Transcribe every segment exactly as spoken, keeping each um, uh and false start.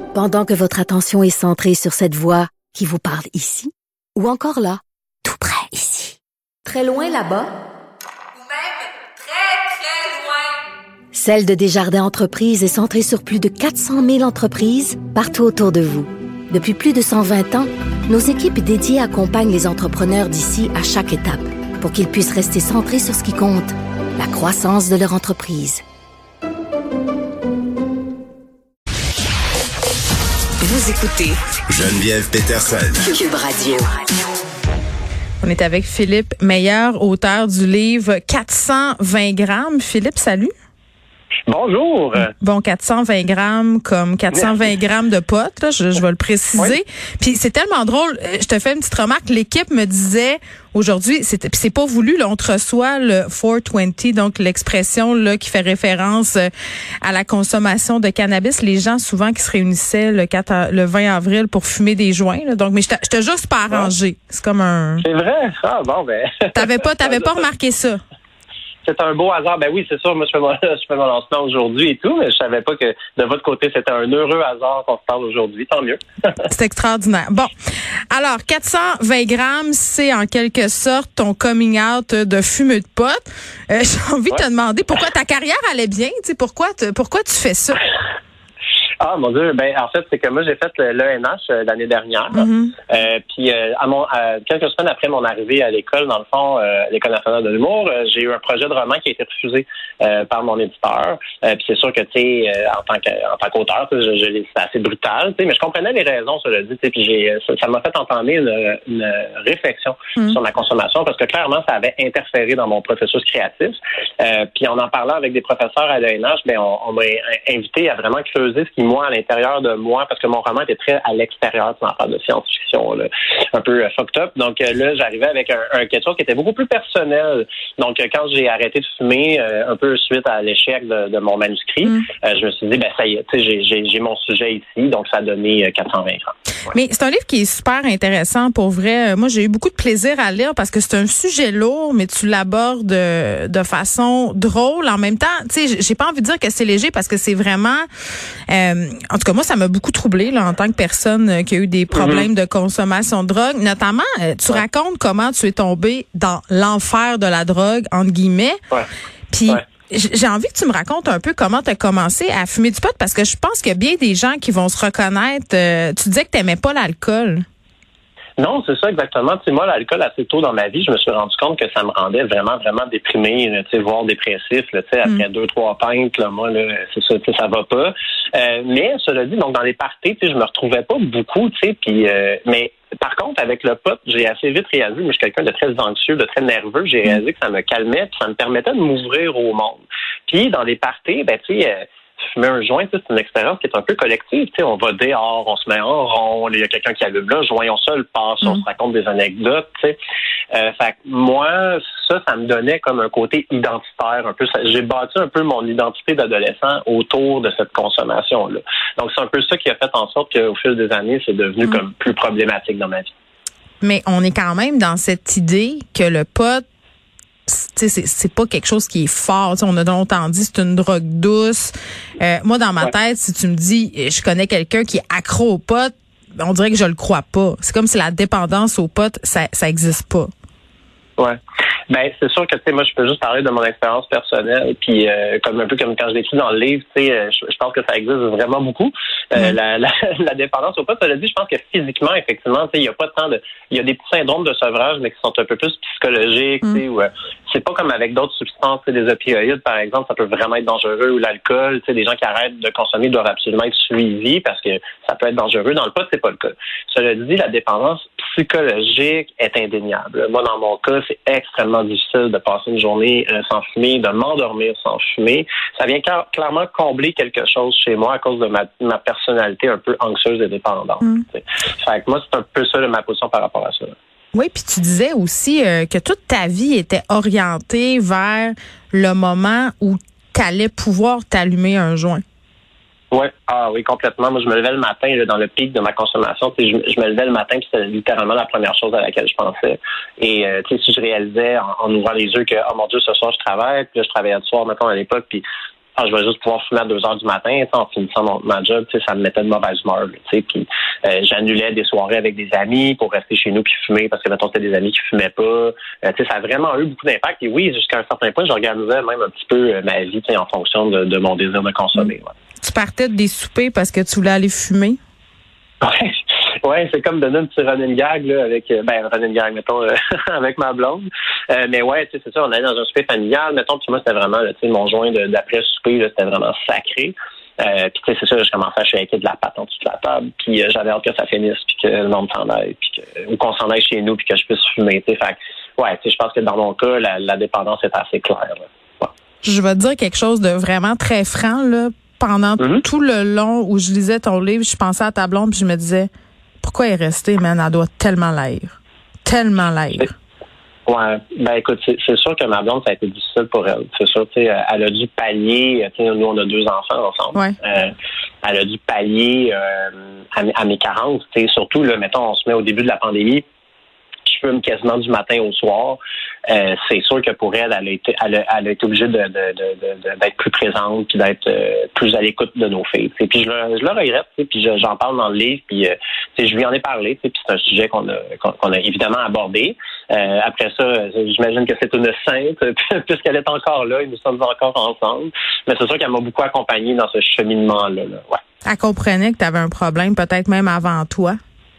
Pendant que votre attention est centrée sur cette voix qui vous parle ici, ou encore là, tout près ici, très loin là-bas, ou même très, très loin. Celle de Desjardins Entreprises est centrée sur plus de quatre cent mille entreprises partout autour de vous. Depuis plus de cent vingt ans, nos équipes dédiées accompagnent les entrepreneurs d'ici à chaque étape pour qu'ils puissent rester centrés sur ce qui compte, la croissance de leur entreprise. Vous écoutez Geneviève Peterson. Cube Radio. On est avec Philippe Meyer, auteur du livre quatre cent vingt grammes. Philippe, salut. Bonjour. Bon, quatre cent vingt grammes comme quatre cent vingt grammes de potes, là, je, je vais le préciser. Oui. Puis c'est tellement drôle, je te fais une petite remarque, l'équipe me disait aujourd'hui, c'est, puis c'est pas voulu, là, on te reçoit le quatre vingt, donc l'expression là qui fait référence à la consommation de cannabis. Les gens souvent qui se réunissaient le, quatre, le vingt avril pour fumer des joints. Là, donc, mais je te, je te jure, c'est pas arrangé. C'est comme un... C'est vrai? Ah bon, ben... T'avais pas, t'avais pas remarqué ça? C'est un beau hasard. Ben oui, c'est sûr. Moi, je fais mon, je fais mon lancement aujourd'hui et tout, mais je savais pas que de votre côté, c'était un heureux hasard qu'on se parle aujourd'hui. Tant mieux. C'est extraordinaire. Bon. Alors, quatre cent vingt grammes, c'est en quelque sorte ton coming out de fumeux de potes. Euh, j'ai envie ouais. de te demander pourquoi ta carrière allait bien. Tu sais, pourquoi, te, pourquoi tu fais ça? Ah mon Dieu, ben en fait c'est que moi j'ai fait l'E N H euh, l'année dernière, mm-hmm. euh, puis euh, à mon à, quelques semaines après mon arrivée à l'école, dans le fond, euh, l'École nationale de l'humour, euh, j'ai eu un projet de roman qui a été refusé euh, par mon éditeur. Euh, puis c'est sûr que tu sais, euh, en tant que en tant qu'auteur, je, je, c'est assez brutal, tu sais, mais je comprenais les raisons, cela dit, tu sais, puis j'ai ça, ça m'a fait entamer une, une réflexion mm-hmm. sur ma consommation parce que clairement ça avait interféré dans mon processus créatif. Euh, puis en en parlant avec des professeurs à l'E N H, ben on, on m'a invité à vraiment creuser ce qui moi à l'intérieur de moi, parce que mon roman était très à l'extérieur d'une affaire de science-fiction, là, un peu euh, fucked up. Donc euh, là, j'arrivais avec un, un quelque chose qui était beaucoup plus personnel. Donc euh, quand j'ai arrêté de fumer, euh, un peu suite à l'échec de, de mon manuscrit, mm. euh, je me suis dit, ben ça y est, tu sais, j'ai, j'ai, j'ai mon sujet ici, donc ça a donné euh, quatre cent vingt grammes. Ouais. Mais c'est un livre qui est super intéressant pour vrai. Moi, j'ai eu beaucoup de plaisir à lire parce que c'est un sujet lourd, mais tu l'abordes de, de façon drôle. En même temps, tu sais, j'ai pas envie de dire que c'est léger parce que c'est vraiment... Euh, en tout cas, moi, ça m'a beaucoup troublée là, en tant que personne qui a eu des problèmes mm-hmm. de consommation de drogue. Notamment, euh, tu ouais. racontes comment tu es tombé dans l'enfer de la drogue, entre guillemets. Ouais. Puis... Ouais. J'ai envie que tu me racontes un peu comment tu as commencé à fumer du pot, parce que je pense qu'il y a bien des gens qui vont se reconnaître. Euh, tu disais que tu n'aimais pas l'alcool. Non, c'est ça exactement. Tu sais, moi, l'alcool, assez tôt dans ma vie, je me suis rendu compte que ça me rendait vraiment, vraiment déprimé, tu sais, voire dépressif. Là, tu sais, après mm. deux, trois pintes, là, moi, là, c'est ça, tu sais, ça va pas. Euh, mais cela dit, donc dans les parties, tu sais, je me retrouvais pas beaucoup, tu sais, puis euh, mais par contre, avec le pot, j'ai assez vite réalisé, moi je suis quelqu'un de très anxieux, de très nerveux, j'ai réalisé que ça me calmait, puis ça me permettait de m'ouvrir au monde. Puis dans les parties, ben tu sais, euh, fumer un joint, c'est une expérience qui est un peu collective. Tu sais, on va dehors, on se met en rond, il y a quelqu'un qui allume là, le joint, on seul passe, mm. on se raconte des anecdotes. Tu sais. Euh, fait que moi, ça, ça me donnait comme un côté identitaire. Un peu, ça, j'ai bâti un peu mon identité d'adolescent autour de cette consommation-là. Donc, c'est un peu ça qui a fait en sorte qu'au fil des années, c'est devenu mm. comme plus problématique dans ma vie. Mais on est quand même dans cette idée que le pot, c'est, c'est pas quelque chose qui est fort. T'sais, on a longtemps dit c'est une drogue douce. Euh, moi, dans ma ouais. tête, si tu me dis je connais quelqu'un qui est accro au pot, on dirait que je le crois pas. C'est comme si la dépendance au pot, ça, ça existe pas. Ouais. Ben c'est sûr que tu sais moi je peux juste parler de mon expérience personnelle puis euh, comme un peu comme quand je l'écris dans le livre, tu sais je, je pense que ça existe vraiment beaucoup. Euh, mm. la, la, la dépendance au pot, ça le dit, je pense que physiquement effectivement, tu sais il y a pas tant de il y a des petits syndromes de sevrage mais qui sont un peu plus psychologiques, mm. tu sais où euh, c'est pas comme avec d'autres substances, des opioïdes par exemple, ça peut vraiment être dangereux, ou l'alcool, tu sais des gens qui arrêtent de consommer doivent absolument être suivis parce que ça peut être dangereux. Dans le pot, c'est pas le cas. Cela dit, la dépendance psychologique est indéniable. Moi dans mon cas, c'est extrêmement difficile de passer une journée euh, sans fumer, de m'endormir sans fumer. Ça vient car- clairement combler quelque chose chez moi à cause de ma, ma personnalité un peu anxieuse et dépendante. Mm. Fait que moi, c'est un peu ça là, ma position par rapport à ça. Oui, puis tu disais aussi euh, que toute ta vie était orientée vers le moment où tu allais pouvoir t'allumer un joint. Oui, ah oui, complètement. Moi, je me levais le matin là, dans le pic de ma consommation. Je, je me levais le matin, puis c'était littéralement la première chose à laquelle je pensais. Et euh, tu sais, si je réalisais en, en ouvrant les yeux que oh mon Dieu, ce soir je travaille, puis là je travaillais le soir, mettons à l'époque, puis ah, je vais juste pouvoir fumer à deux heures du matin, en finissant mon, ma job, ça me mettait de mauvaise humeur. Puis euh, j'annulais des soirées avec des amis pour rester chez nous puis fumer parce que, mettons, c'était des amis qui fumaient pas. Euh, ça a vraiment eu beaucoup d'impact. Et oui, jusqu'à un certain point, j'organisais même un petit peu euh, ma vie en fonction de, de mon désir de consommer. Ouais. Tu partais des soupers parce que tu voulais aller fumer? Ouais. Ouais, c'est comme donner un petit running gag là, avec ben running gag, mettons, euh, avec ma blonde. Euh, mais ouais, tu sais, c'est ça, on allait dans un souper familial, mettons, puis moi, c'était vraiment, tu sais, mon joint de, d'après souper, là, c'était vraiment sacré. Euh, puis tu sais, c'est ça, je commençais à shaker de la pâte en dessous de la table, puis euh, j'avais hâte que ça finisse, puis que le monde s'en aille, puis que, ou qu'on s'en aille chez nous, puis que je puisse fumer, tu sais. Fait ouais, tu sais, je pense que dans mon cas, la, la dépendance est assez claire. Ouais. Je vais te dire quelque chose de vraiment très franc, là. Pendant mm-hmm. tout le long où je lisais ton livre, je pensais à ta blonde, puis je me disais, pourquoi elle est restée, man? Elle doit tellement l'air. Tellement l'air. Ouais. Ben, écoute, c'est, c'est sûr que ma blonde, ça a été difficile pour elle. C'est sûr, tu sais, elle a dû pallier, tu sais, nous, on a deux enfants ensemble. Ouais. Euh, elle a dû pallier euh, à, à mes carences, tu sais, surtout, là, mettons, on se met au début de la pandémie, je fume quasiment du matin au soir. Euh, c'est sûr que pour elle, elle a été, elle a, elle a été obligée de, de, de, de, d'être plus présente puis d'être euh, plus à l'écoute de nos filles. Et puis je le, je le regrette, puis je, j'en parle dans le livre, puis euh, je lui en ai parlé, puis c'est un sujet qu'on a, qu'on, qu'on a évidemment abordé. Euh, après ça, j'imagine que c'est une sainte, puisqu'elle est encore là et nous sommes encore ensemble. Mais c'est sûr qu'elle m'a beaucoup accompagnée dans ce cheminement-là. Là. Ouais. Elle comprenait que tu avais un problème, peut-être même avant toi.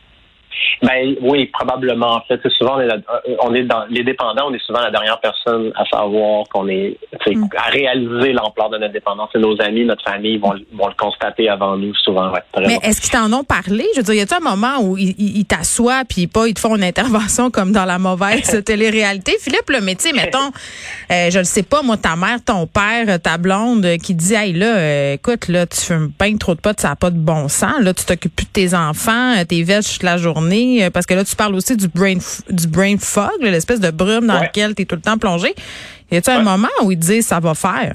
Ben oui, probablement. En fait, souvent on est, la, on est dans les dépendants, on est souvent la dernière personne à savoir qu'on est, mm. à réaliser l'ampleur de notre dépendance. Et nos amis, notre famille vont, vont le constater avant nous souvent. Ouais, mais est-ce qu'ils t'en ont parlé? Je veux dire, y a-t-il un moment où ils, ils t'assoient puis pas ils te font une intervention comme dans la mauvaise télé-réalité, Philippe? Là, mais tu sais, mettons, euh, je le sais pas, moi, ta mère, ton père, ta blonde, euh, qui dit, hey là, euh, écoute, là, tu fumes bien trop de potes, ça n'a pas de bon sens. Là, tu t'occupes plus de tes enfants, t'es vêches toute la journée. Parce que là, tu parles aussi du brain du brain fog, là, l'espèce de brume dans ouais. lequel tu es tout le temps plongé. Y a-t-il ouais. un moment où ils disent ça va faire?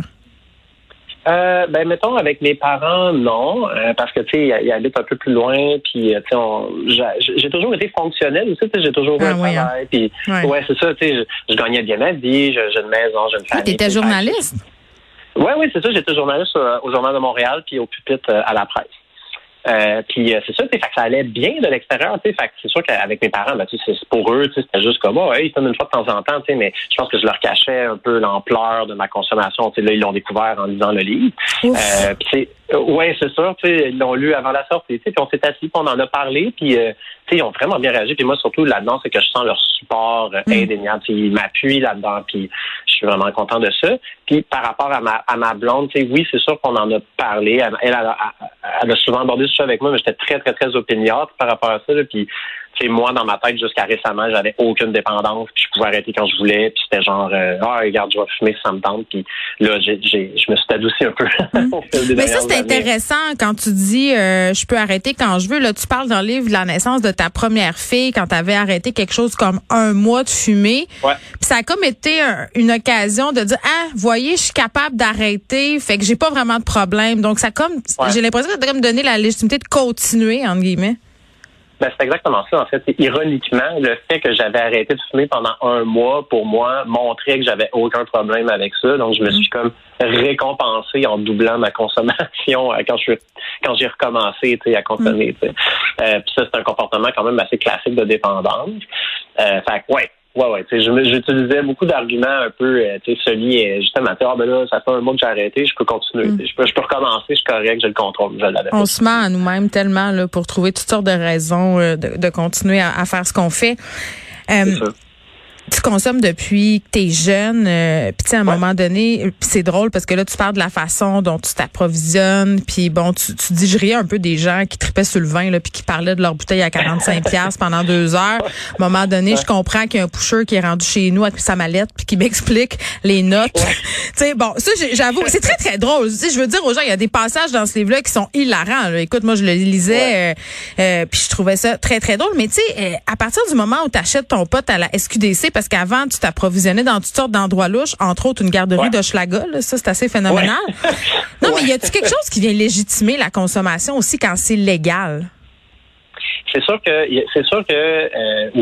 Euh, ben mettons avec mes parents non euh, parce que tu sais ils habitent un peu plus loin puis tu sais j'ai, j'ai toujours été fonctionnel aussi, tu sais j'ai toujours eu ah, un oui, travail hein. puis ouais. ouais c'est ça tu sais je, je gagnais bien ma vie, j'ai, j'ai une maison, j'ai une famille. Tu étais journaliste? Oui oui c'est ça, j'étais journaliste euh, au Journal de Montréal puis au pupitre euh, à la presse. Euh, puis euh, c'est ça, fait que ça allait bien de l'extérieur, tu sais, fait que c'est sûr qu'avec mes parents, ben, tu sais, c'est pour eux, tu sais, c'était juste comme, oh, hey, ils fument une fois de temps en temps, tu sais, mais je pense que je leur cachais un peu l'ampleur de ma consommation, tu sais, là, ils l'ont découvert en lisant le livre. Euh, puis c'est, ouais, c'est sûr, tu sais, ils l'ont lu avant la sortie, tu sais, puis on s'est assis, puis on en a parlé, puis euh, tu sais, ils ont vraiment bien réagi, puis moi, surtout, là-dedans, c'est que je sens leur support euh, mm. indéniable, tu sais, ils m'appuient là-dedans, puis je suis vraiment content de ça. Puis par rapport à ma à ma blonde, tu sais, oui, c'est sûr qu'on en a parlé, elle, elle, elle, elle, elle a souvent abordé ça avec moi, mais j'étais très, très, très opiniâtre par rapport à ça, là, puis tu sais, moi, dans ma tête, jusqu'à récemment, j'avais aucune dépendance, puis je pouvais arrêter quand je voulais, puis c'était genre, euh, ah, regarde, je vais fumer si ça me tente, puis là, j'ai, j'ai, je me suis adouci un peu. Mmh. Mais ça, c'est intéressant quand tu dis, euh, je peux arrêter quand je veux. Là, tu parles dans le livre de la naissance de ta première fille, quand tu avais arrêté quelque chose comme un mois de fumer. Ouais. Puis ça a comme été un, une occasion de dire, ah, voyez, je suis capable d'arrêter, fait que j'ai pas vraiment de problème. Donc, ça comme, ouais. j'ai l'impression que ça t'a comme donné la légitimité de continuer, entre guillemets. Ben, c'est exactement ça, en fait. Ironiquement, le fait que j'avais arrêté de fumer pendant un mois, pour moi, montrait que j'avais aucun problème avec ça. Donc, je me suis comme récompensé en doublant ma consommation quand je suis, quand j'ai recommencé, tu sais, à consommer, tu sais. Euh, puis ça, c'est un comportement quand même assez classique de dépendance. Euh, fait que, ouais. Ouais, ouais, tu sais, j'utilisais beaucoup d'arguments un peu, tu sais, semi, justement, ah, ben là, ça fait un mois que j'ai arrêté, je peux continuer, mm. je peux, je peux recommencer, je suis correct, j'ai le contrôle, je l'avais. On se ment à nous-mêmes tellement, là, pour trouver toutes sortes de raisons euh, de, de continuer à, à faire ce qu'on fait. Euh, C'est ça. Tu consommes depuis que t'es jeune, euh, puis tu sais à un ouais. moment donné, puis c'est drôle parce que là tu parles de la façon dont tu t'approvisionnes, puis bon tu, tu dis je riais un peu des gens qui tripaient sur le vin là, puis qui parlaient de leur bouteille à quarante-cinq piastres pendant deux heures. À un moment donné, ouais. je comprends qu'il y a un pusher qui est rendu chez nous avec sa mallette puis qui m'explique les notes. Ouais. Tu sais bon, ça j'avoue, c'est très très drôle. Tu sais, je veux dire aux gens, il y a des passages dans ce livre-là qui sont hilarants. Là. Écoute, moi je le lisais, ouais. euh, euh, puis je trouvais ça très très drôle. Mais tu sais, euh, à partir du moment où tu achètes ton pote à la S Q D C, parce qu'avant, tu t'approvisionnais dans toutes sortes d'endroits louches, entre autres une garderie ouais. d'Hochelaga. Là, ça, c'est assez phénoménal. Ouais. Non, ouais. mais y a-t-il quelque chose qui vient légitimer la consommation aussi quand c'est légal? C'est sûr que, c'est sûr que, euh, oui.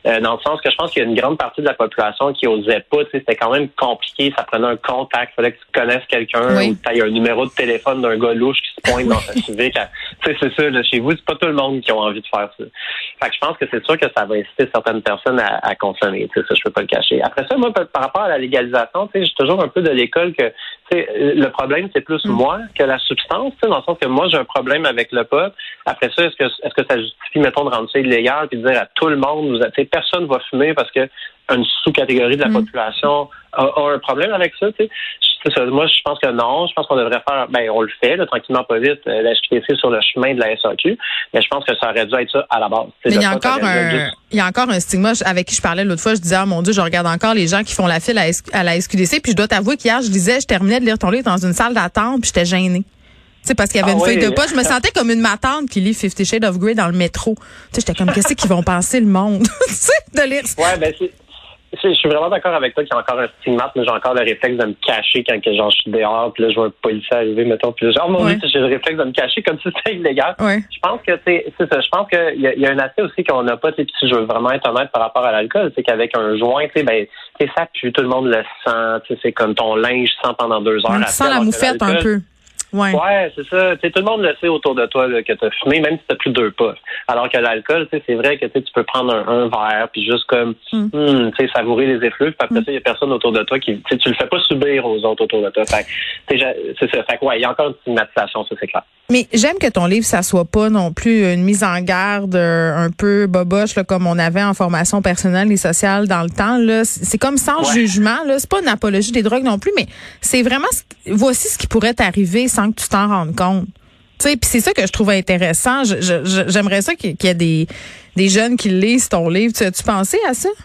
euh, dans le sens que je pense qu'il y a une grande partie de la population qui osait pas. Tu sais, c'était quand même compliqué. Ça prenait un contact. Il fallait que tu connaisses quelqu'un oui. ou que tu aies un numéro de téléphone d'un gars louche qui se pointe dans sa Civic. Tu sais, c'est ça. Là, chez vous, c'est pas tout le monde qui a envie de faire ça. Fait que je pense que c'est sûr que ça va inciter certaines personnes à, à consommer. Tu sais, ça, je peux pas le cacher. Après ça, moi, par rapport à la légalisation, tu sais, j'ai toujours un peu de l'école que, tu sais, le problème, c'est plus mm. moi que la substance, tu sais, dans le sens que moi, j'ai un problème avec le pot. Après ça, est-ce que, est-ce que ça justifie, mettons, de rendre ça illégal puis de dire à tout le monde, vous, tu sais, personne va fumer parce que une sous-catégorie de la mm. population a, a un problème avec ça, tu sais. C'est ça. Moi, je pense que non. Je pense qu'on devrait faire, ben, on le fait, là, tranquillement, pas vite, euh, la H Q T C sur le chemin de la S A Q. Mais je pense que ça aurait dû être ça à la base. Mais il y a encore un, juste... il y a encore un stigma avec qui je parlais l'autre fois. Je disais, oh mon Dieu, je regarde encore les gens qui font la file à, à la S Q D C. Puis je dois t'avouer qu'hier, je lisais, je terminais de lire ton livre dans une salle d'attente, puis j'étais gênée. Tu sais, parce qu'il y avait ah, une oui. feuille de poche. Je me sentais comme une matante qui lit Fifty Shades of Grey dans le métro. Tu sais, j'étais comme, qu'est-ce qu'ils vont penser le monde? Tu sais, de lire ça. Ouais, ben, c'est... Je suis vraiment d'accord avec toi qu'il y a encore un stigmate, mais j'ai encore le réflexe de me cacher quand que, genre, je suis dehors, puis là, je vois un policier arriver, mettons, puis là, genre, mon Dieu, j'ai le réflexe de me cacher comme si c'était illégal. Ouais. Je pense que, c'est ça, je pense qu'il y, y a un aspect aussi qu'on n'a pas, tu sais, si je veux vraiment être honnête par rapport à l'alcool, c'est qu'avec un joint, tu sais, ben, tu sais, ça pue, tout le monde le sent, tu sais, c'est comme ton linge sent pendant deux heures. On sent la moufette un peu. Ouais, ouais c'est ça. T'sais, tout le monde le sait autour de toi là, que tu as fumé, même si tu as plus de deux puffs. Alors que l'alcool, c'est vrai que tu peux prendre un, un verre, puis juste comme mm. hmm, savourer les effluves, puis après mm. ça, il n'y a personne autour de toi qui. Tu le fais pas subir aux autres autour de toi. Fait, c'est ça. Fait que ouais, il y a encore une stigmatisation, ça c'est clair. Mais j'aime que ton livre, ça soit pas non plus une mise en garde euh, un peu boboche, là, comme on avait en formation personnelle et sociale dans le temps. Là. C'est comme sans ouais. jugement. Là. C'est pas une apologie des drogues non plus, mais c'est vraiment voici ce qui pourrait t'arriver sans que tu t'en rendes compte. Tu sais, puis c'est ça que je trouve intéressant. Je, je, j'aimerais ça qu'il y ait des, des jeunes qui lisent ton livre. Tu as-tu pensé à ça?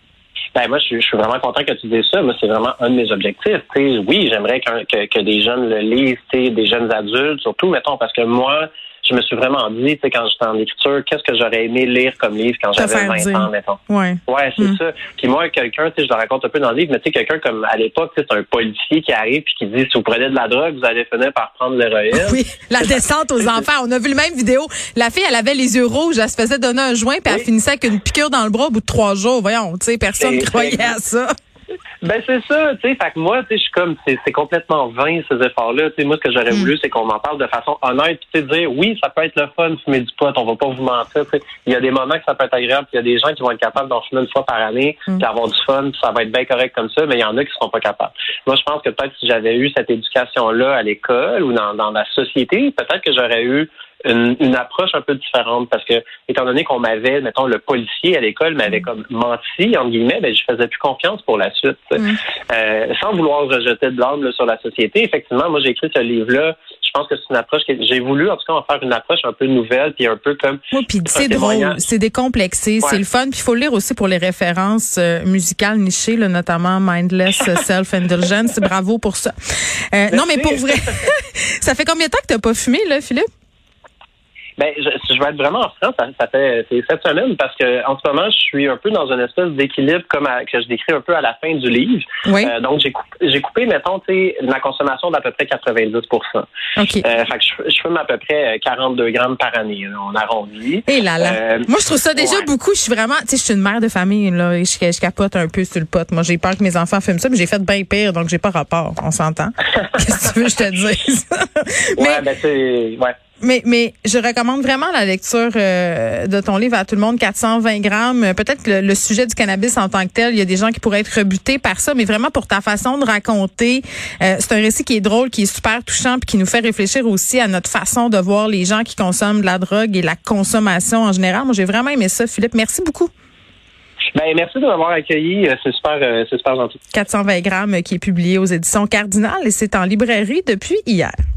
Ben moi, je, je suis vraiment content que tu dises ça. Moi, c'est vraiment un de mes objectifs. T'sais, oui, j'aimerais que, que, que des jeunes le lisent, des jeunes adultes, surtout, mettons, parce que moi, je me suis vraiment dit, tu sais, quand j'étais en écriture, qu'est-ce que j'aurais aimé lire comme livre quand j'avais vingt dire. ans, mettons. Ouais, ouais c'est mm. ça. Puis moi, quelqu'un, tu sais, je le raconte un peu dans le livre, mais tu sais, quelqu'un comme à l'époque, c'est un policier qui arrive puis qui dit, si vous prenez de la drogue, vous allez finir par prendre l'héroïne. Oui, la descente aux enfants. On a vu le même vidéo. La fille, elle avait les yeux rouges, elle se faisait donner un joint puis oui. elle finissait avec une piqûre dans le bras au bout de trois jours. Voyons, tu sais, personne ne croyait à ça. Ben c'est ça, tu sais, fait que moi, tu sais, je suis comme, c'est, c'est complètement vain ces efforts-là. Tu sais, moi, ce que j'aurais mm. voulu, c'est qu'on en parle de façon honnête, puis tu sais, dire, oui, ça peut être le fun, fumer du pot, on va pas vous mentir. Tu sais, il y a des moments que ça peut être agréable, puis il y a des gens qui vont être capables d'en fumer une fois par année, mm. puis avoir du fun, puis ça va être bien correct comme ça, mais il y en a qui seront pas capables. Moi, je pense que peut-être si j'avais eu cette éducation-là à l'école ou dans, dans la société, peut-être que j'aurais eu Une, une approche un peu différente parce que, étant donné qu'on m'avait, mettons, le policier à l'école m'avait comme menti, entre guillemets, ben, je faisais plus confiance pour la suite. Mm. Euh, sans vouloir rejeter de l'âme là, sur la société, effectivement, moi, j'ai écrit ce livre-là. Je pense que c'est une approche que j'ai voulu, en tout cas, en faire une approche un peu nouvelle, puis un peu comme... Oui, puis c'est drôle, c'est décomplexé, ouais. c'est le fun, puis il faut le lire aussi pour les références euh, musicales nichées, là, notamment Mindless, Self-Indulgence. Bravo pour ça. Euh, non, mais pour vrai, ça fait combien de temps que t'as pas fumé, là, Philippe? Ben, je, je vais être vraiment en France, ça, ça fait c'est cette semaine parce que en ce moment, je suis un peu dans une espèce d'équilibre comme à, que je décris un peu à la fin du livre. Oui. Euh, donc j'ai coupé, j'ai coupé, mettons, tu sais, ma consommation d'à peu près quatre-vingt-dix pour cent. OK. Euh, fait que je, je fume à peu près quarante-deux grammes par année. Là, on arrondit. Et là là. Euh, Moi, je trouve ça déjà ouais. beaucoup. Je suis vraiment, tu sais, je suis une mère de famille là. Je, je capote un peu sur le pot. Moi, j'ai peur que mes enfants fument ça, mais j'ai fait bien pire, donc j'ai pas rapport. On s'entend. Qu'est-ce que tu veux que je te dise? mais, ouais, ben c'est ouais. Mais, mais je recommande vraiment la lecture euh, de ton livre à tout le monde, quatre cent vingt grammes. Peut-être le, le sujet du cannabis en tant que tel, il y a des gens qui pourraient être rebutés par ça, mais vraiment pour ta façon de raconter, euh, c'est un récit qui est drôle, qui est super touchant, puis qui nous fait réfléchir aussi à notre façon de voir les gens qui consomment de la drogue et la consommation en général. Moi, j'ai vraiment aimé ça, Philippe. Merci beaucoup. Ben, merci de m'avoir accueilli. C'est super, euh, c'est super gentil. quatre cent vingt grammes qui est publié aux éditions Cardinal et c'est en librairie depuis hier.